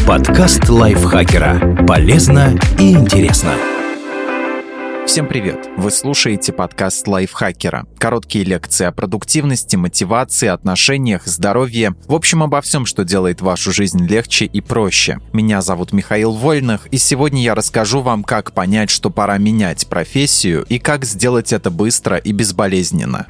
Подкаст лайфхакера. Полезно и интересно. Всем привет! Вы слушаете подкаст лайфхакера. Короткие лекции о продуктивности, мотивации, отношениях, здоровье. В общем, обо всем, что делает вашу жизнь легче и проще. Меня зовут Михаил Вольных, и сегодня я расскажу вам, как понять, что пора менять профессию и как сделать это быстро и безболезненно.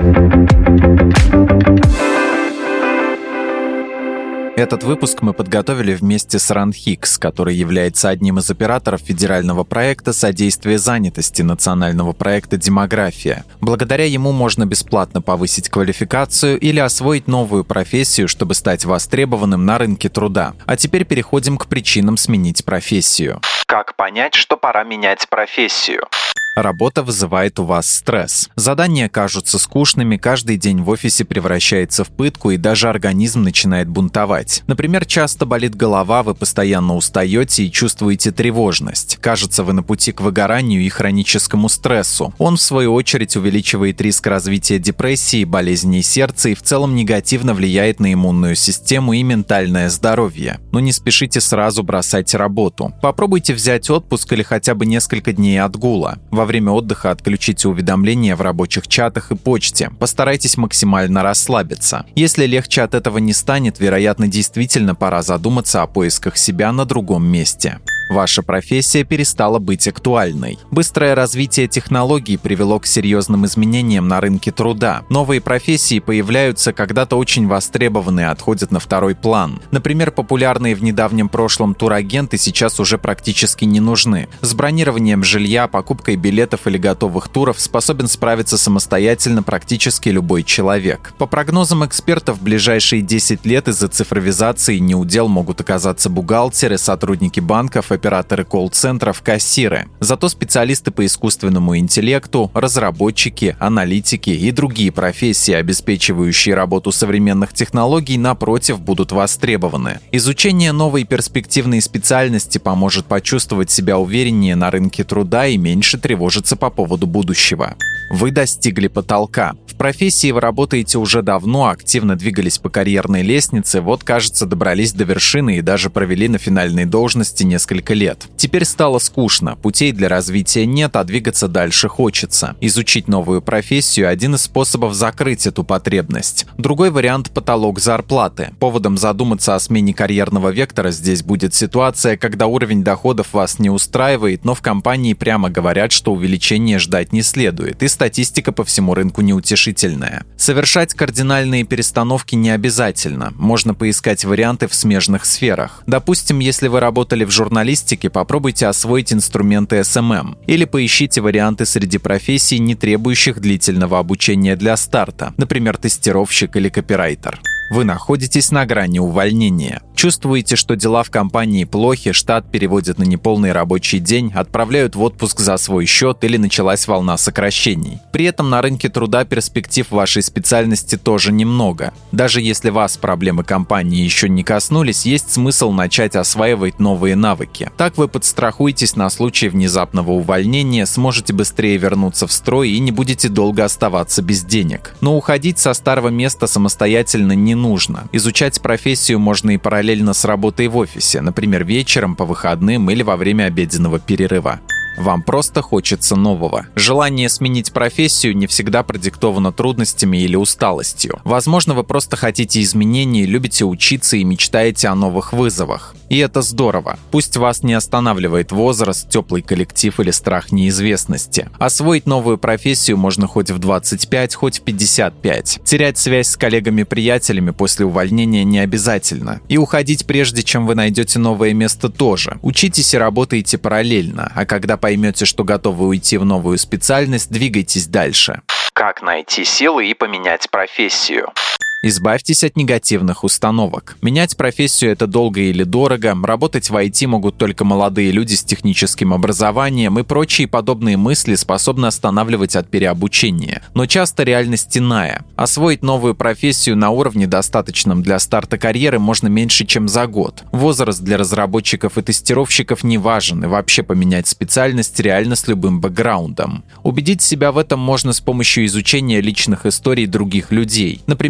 Этот выпуск мы подготовили вместе с RunHix, который является одним из операторов федерального проекта содействия занятости национального проекта «Демография». Благодаря ему можно бесплатно повысить квалификацию или освоить новую профессию, чтобы стать востребованным на рынке труда. А теперь переходим к причинам сменить профессию. Как понять, что пора менять профессию? Работа вызывает у вас стресс. Задания кажутся скучными, каждый день в офисе превращается в пытку, и даже организм начинает бунтовать. Например, часто болит голова, вы постоянно устаете и чувствуете тревожность. Кажется, вы на пути к выгоранию и хроническому стрессу. Он, в свою очередь, увеличивает риск развития депрессии, болезней сердца и в целом негативно влияет на иммунную систему и ментальное здоровье. Но не спешите сразу бросать работу. Попробуйте взять отпуск или хотя бы несколько дней отгула. Во время отдыха отключите уведомления в рабочих чатах и почте. Постарайтесь максимально расслабиться. Если легче от этого не станет, вероятно, действительно пора задуматься о поисках себя на другом месте. Ваша профессия перестала быть актуальной. Быстрое развитие технологий привело к серьезным изменениям на рынке труда. Новые профессии появляются, когда-то очень востребованные, отходят на второй план. Например, популярные в недавнем прошлом турагенты сейчас уже практически не нужны. С бронированием жилья, покупкой билетов или готовых туров способен справиться самостоятельно практически любой человек. По прогнозам экспертов, в ближайшие 10 лет из-за цифровизации неудел могут оказаться бухгалтеры, сотрудники банков, операторы колл-центров, кассиры. Зато специалисты по искусственному интеллекту, разработчики, аналитики и другие профессии, обеспечивающие работу современных технологий, напротив, будут востребованы. Изучение новой перспективной специальности поможет почувствовать себя увереннее на рынке труда и меньше тревожиться по поводу будущего. Вы достигли потолка. В профессии вы работаете уже давно, активно двигались по карьерной лестнице, вот, кажется, добрались до вершины и даже провели на финальной должности несколько лет. Теперь стало скучно, путей для развития нет, а двигаться дальше хочется. Изучить новую профессию – один из способов закрыть эту потребность. Другой вариант – потолок зарплаты. Поводом задуматься о смене карьерного вектора здесь будет ситуация, когда уровень доходов вас не устраивает, но в компании прямо говорят, что увеличения ждать не следует, и статистика по всему рынку неутешительная. Совершать кардинальные перестановки не обязательно. Можно поискать варианты в смежных сферах. Допустим, если вы работали в журналистике, попробуйте освоить инструменты SMM. Или поищите варианты среди профессий, не требующих длительного обучения для старта, например, тестировщик или копирайтер. Вы находитесь на грани увольнения. Чувствуете, что дела в компании плохи, штат переводят на неполный рабочий день, отправляют в отпуск за свой счет или началась волна сокращений. При этом на рынке труда перспектив вашей специальности тоже немного. Даже если вас проблемы компании еще не коснулись, есть смысл начать осваивать новые навыки. Так вы подстрахуетесь на случай внезапного увольнения, сможете быстрее вернуться в строй и не будете долго оставаться без денег. Но уходить со старого места самостоятельно не нужно. Изучать профессию можно и параллельно с работой в офисе, например, вечером, по выходным или во время обеденного перерыва. Вам просто хочется нового. Желание сменить профессию не всегда продиктовано трудностями или усталостью. Возможно, вы просто хотите изменений, любите учиться и мечтаете о новых вызовах. И это здорово. Пусть вас не останавливает возраст, теплый коллектив или страх неизвестности. Освоить новую профессию можно хоть в 25, хоть в 55. Терять связь с коллегами-приятелями после увольнения не обязательно. И уходить прежде, чем вы найдете новое место, тоже. Учитесь и работайте параллельно, а когда поймете, что готовы уйти в новую специальность, двигайтесь дальше. Как найти силы и поменять профессию? Избавьтесь от негативных установок. Менять профессию – это долго или дорого, работать в IT могут только молодые люди с техническим образованием, и прочие подобные мысли способны останавливать от переобучения. Но часто реальность иная. Освоить новую профессию на уровне, достаточном для старта карьеры, можно меньше, чем за год. Возраст для разработчиков и тестировщиков не важен, и вообще поменять специальность реально с любым бэкграундом. Убедить себя в этом можно с помощью изучения личных историй других людей. Например, бывших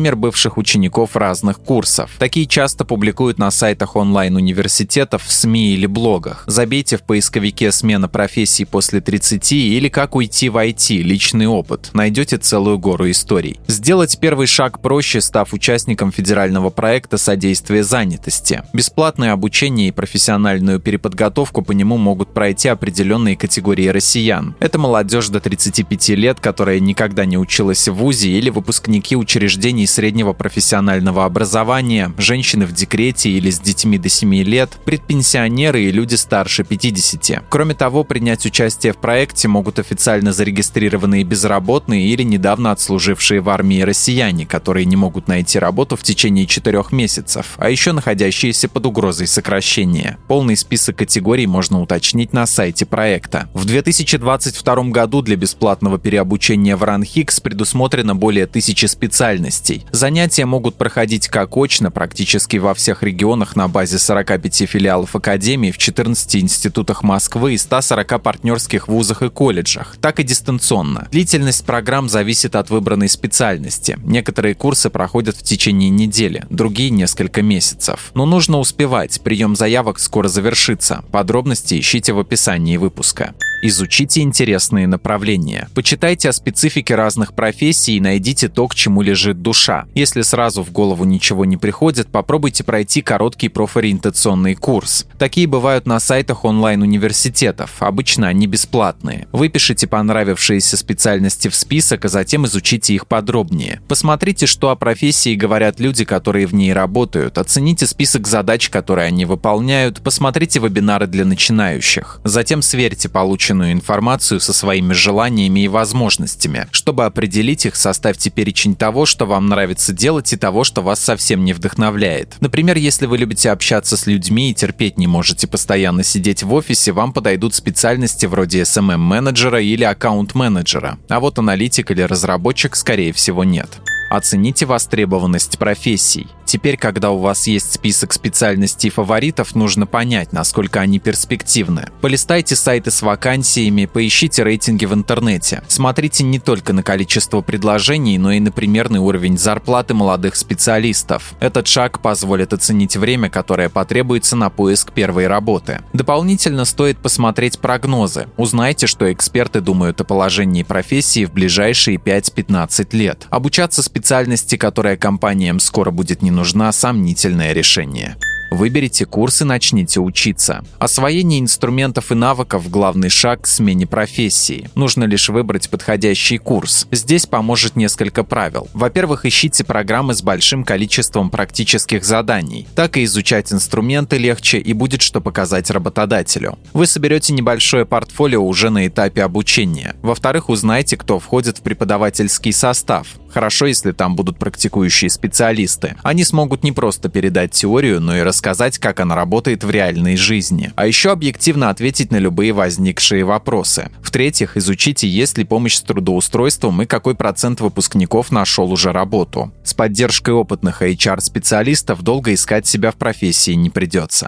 бывших учеников разных курсов. Такие часто публикуют на сайтах онлайн-университетов, в СМИ или блогах. Забейте в поисковике «Смена профессии после 30» или «Как уйти в IT. Личный опыт». Найдете целую гору историй. Сделать первый шаг проще, став участником федерального проекта «Содействие занятости». Бесплатное обучение и профессиональную переподготовку по нему могут пройти определенные категории россиян. Это молодежь до 35 лет, которая никогда не училась в вузе, или выпускники учреждений среднего профессионального образования, женщины в декрете или с детьми до 7 лет, предпенсионеры и люди старше 50. Кроме того, принять участие в проекте могут официально зарегистрированные безработные или недавно отслужившие в армии россияне, которые не могут найти работу в течение 4 месяцев, а еще находящиеся под угрозой сокращения. Полный список категорий можно уточнить на сайте проекта. В 2022 году для бесплатного переобучения в РАНХИКС предусмотрено более 1000 специальностей. Занятия могут проходить как очно практически во всех регионах на базе 45 филиалов академий в 14 институтах Москвы и 140 партнерских вузах и колледжах, так и дистанционно. Длительность программ зависит от выбранной специальности. Некоторые курсы проходят в течение недели, другие — несколько месяцев. Но нужно успевать, прием заявок скоро завершится. Подробности ищите в описании выпуска. Изучите интересные направления. Почитайте о специфике разных профессий и найдите то, к чему лежит душа. Если сразу в голову ничего не приходит, попробуйте пройти короткий профориентационный курс. Такие бывают на сайтах онлайн-университетов. Обычно они бесплатные. Выпишите понравившиеся специальности в список, а затем изучите их подробнее. Посмотрите, что о профессии говорят люди, которые в ней работают. Оцените список задач, которые они выполняют. Посмотрите вебинары для начинающих. Затем сверьте полученную информацию со своими желаниями и возможностями. Чтобы определить их, составьте перечень того, что вам нравится делать, и того, что вас совсем не вдохновляет. Например, если вы любите общаться с людьми и терпеть не можете постоянно сидеть в офисе, вам подойдут специальности вроде SMM-менеджера или аккаунт-менеджера. А вот аналитик или разработчик, скорее всего, нет. Оцените востребованность профессий. Теперь, когда у вас есть список специальностей и фаворитов, нужно понять, насколько они перспективны. Полистайте сайты с вакансиями, поищите рейтинги в интернете. Смотрите не только на количество предложений, но и на примерный уровень зарплаты молодых специалистов. Этот шаг позволит оценить время, которое потребуется на поиск первой работы. Дополнительно стоит посмотреть прогнозы. Узнайте, что эксперты думают о положении профессии в ближайшие 5-15 лет. Обучаться специальности, которая компаниям скоро будет не нужна, сомнительное решение. Выберите курс и начните учиться. Освоение инструментов и навыков – главный шаг к смене профессии. Нужно лишь выбрать подходящий курс. Здесь поможет несколько правил. Во-первых, ищите программы с большим количеством практических заданий. Так и изучать инструменты легче и будет что показать работодателю. Вы соберете небольшое портфолио уже на этапе обучения. Во-вторых, узнайте, кто входит в преподавательский состав. Хорошо, если там будут практикующие специалисты. Они смогут не просто передать теорию, но и рассказать, как она работает в реальной жизни. А еще объективно ответить на любые возникшие вопросы. В-третьих, изучите, есть ли помощь с трудоустройством и какой процент выпускников нашел уже работу. С поддержкой опытных HR-специалистов долго искать себя в профессии не придется.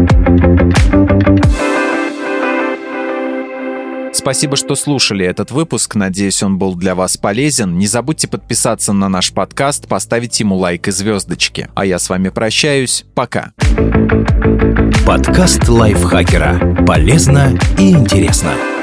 Спасибо, что слушали этот выпуск. Надеюсь, он был для вас полезен. Не забудьте подписаться на наш подкаст, поставить ему лайк и звездочки. А я с вами прощаюсь. Пока. Подкаст лайфхакера. Полезно и интересно.